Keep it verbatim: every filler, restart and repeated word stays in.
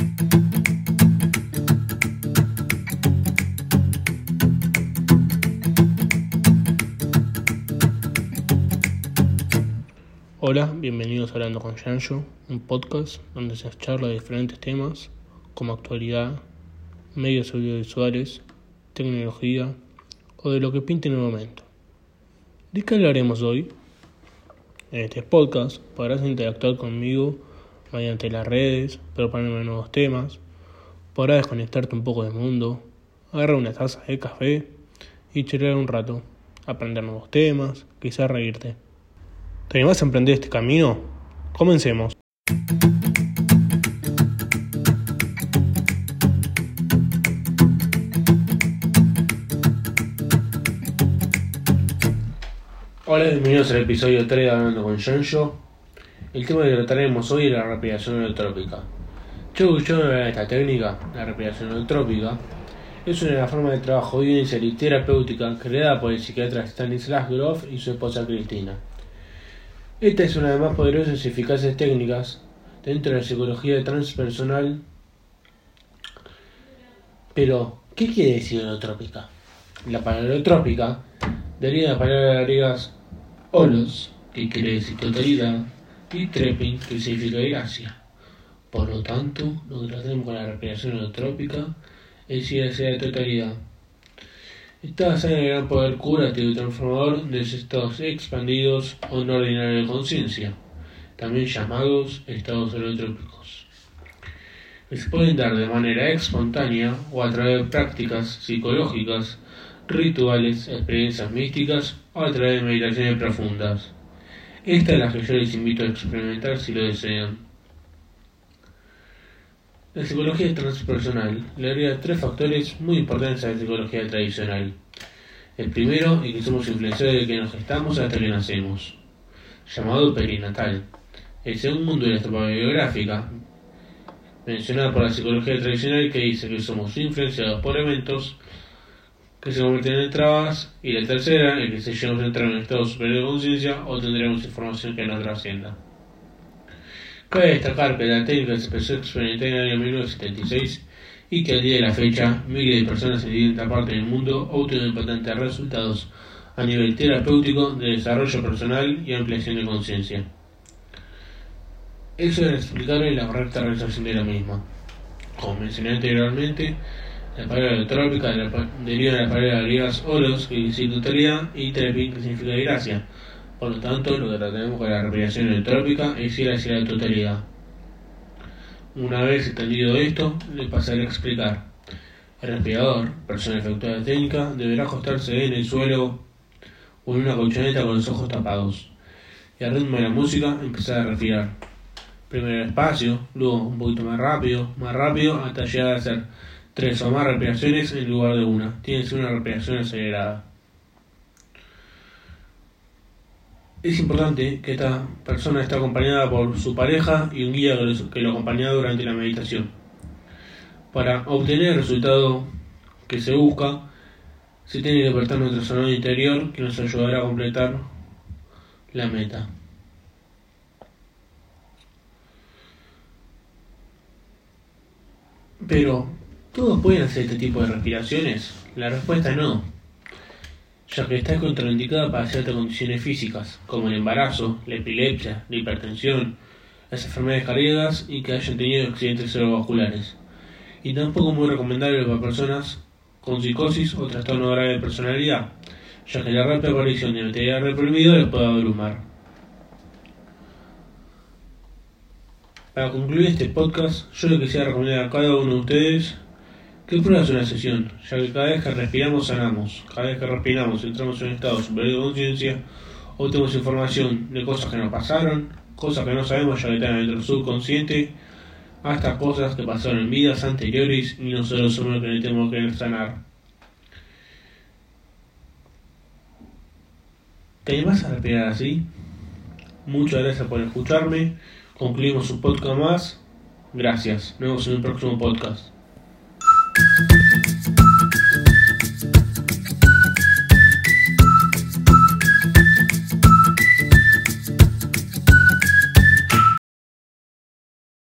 Hola, bienvenidos a Hablando con Yancho, un podcast donde se charla de diferentes temas como actualidad, medios audiovisuales, tecnología o de lo que pinte en el momento. ¿De qué hablaremos hoy? En este podcast podrás interactuar conmigo mediante las redes, proponerme nuevos temas, podrás desconectarte un poco del mundo, agarrar una taza de café y charlar un rato, aprender nuevos temas, quizás reírte. ¿Te animás a emprender este camino? Comencemos. Hola, bienvenidos al episodio tres de Hablando con Yancho. El tema que trataremos hoy es la respiración holotrópica. Yo que yo hablar de esta técnica, la respiración holotrópica, es una forma de trabajo vivencial y terapéutica creada por el psiquiatra Stanislas Grof y su esposa Cristina. Esta es una de las más poderosas y eficaces técnicas dentro de la psicología transpersonal. Pero, ¿qué quiere decir holotrópica? La palabra holotrópica deriva de las palabras griegas holos, que quiere decir totalidad, y trepin, que significa gracia. Por lo tanto, lo que hacemos con la respiración holotrópica es ir hacia la totalidad. Está basada en el gran poder curativo y transformador de los estados expandidos o no ordinarios de conciencia, también llamados estados holotrópicos, que se pueden dar de manera espontánea o a través de prácticas psicológicas, rituales, experiencias místicas o a través de meditaciones profundas. Esta es la que yo les invito a experimentar si lo desean. La psicología transpersonal le agrega tres factores muy importantes a la psicología tradicional. El primero es que somos influenciados de que nos gestamos hasta que nacemos, llamado perinatal. El segundo es la etapa biográfica, mencionada por la psicología tradicional, que dice que somos influenciados por eventos que se convierten en trabas. Y la tercera es que si llegamos a entrar en un estado superior de conciencia o tendremos información que nos trascienda. Cabe destacar que la técnica se empezó a experimentar en el año mil novecientos setenta y seis y que al día de la fecha miles de personas en distintas partes del mundo obtienen importantes resultados a nivel terapéutico, de desarrollo personal y ampliación de conciencia. Eso es explicable la correcta realización de la misma. Como mencioné anteriormente, la palabra holotrópica deriva de las palabras griegas holos, que significa totalidad, y trepin, que significa gracia. Por lo tanto, lo que tratamos con la respiración holotrópica es ir hacia la totalidad. Una vez entendido esto, le pasaré a explicar. El respirador, persona efectuada la técnica, deberá acostarse en el suelo o en una colchoneta con los ojos tapados y al ritmo de la música empezar a respirar. Primero despacio, luego un poquito más rápido, más rápido, hasta llegar a hacer tres o más respiraciones en lugar de una. Tiene que ser una respiración acelerada. Es importante que esta persona esté acompañada por su pareja y un guía que lo acompañe durante la meditación. Para obtener el resultado que se busca, se tiene que despertar nuestro sonido interior, que nos ayudará a completar la meta. Pero, ¿todos pueden hacer este tipo de respiraciones? La respuesta es no, ya que está contraindicada para ciertas condiciones físicas, como el embarazo, la epilepsia, la hipertensión, las enfermedades cardíacas y que hayan tenido accidentes cerebrovasculares. Y tampoco es muy recomendable para personas con psicosis o trastorno grave de personalidad, ya que la rápida aparición de material reprimido les puede abrumar. Para concluir este podcast, yo le quisiera recomendar a cada uno de ustedes que pruebas una sesión, ya que cada vez que respiramos sanamos, cada vez que respiramos entramos en un estado superior de conciencia, obtenemos información de cosas que nos pasaron, cosas que no sabemos ya que están en nuestro subconsciente, hasta cosas que pasaron en vidas anteriores y nosotros somos los que tenemos que sanar. ¿Te animás a respirar así? Muchas gracias por escucharme. Concluimos un podcast más. Gracias. Nos vemos en el próximo podcast.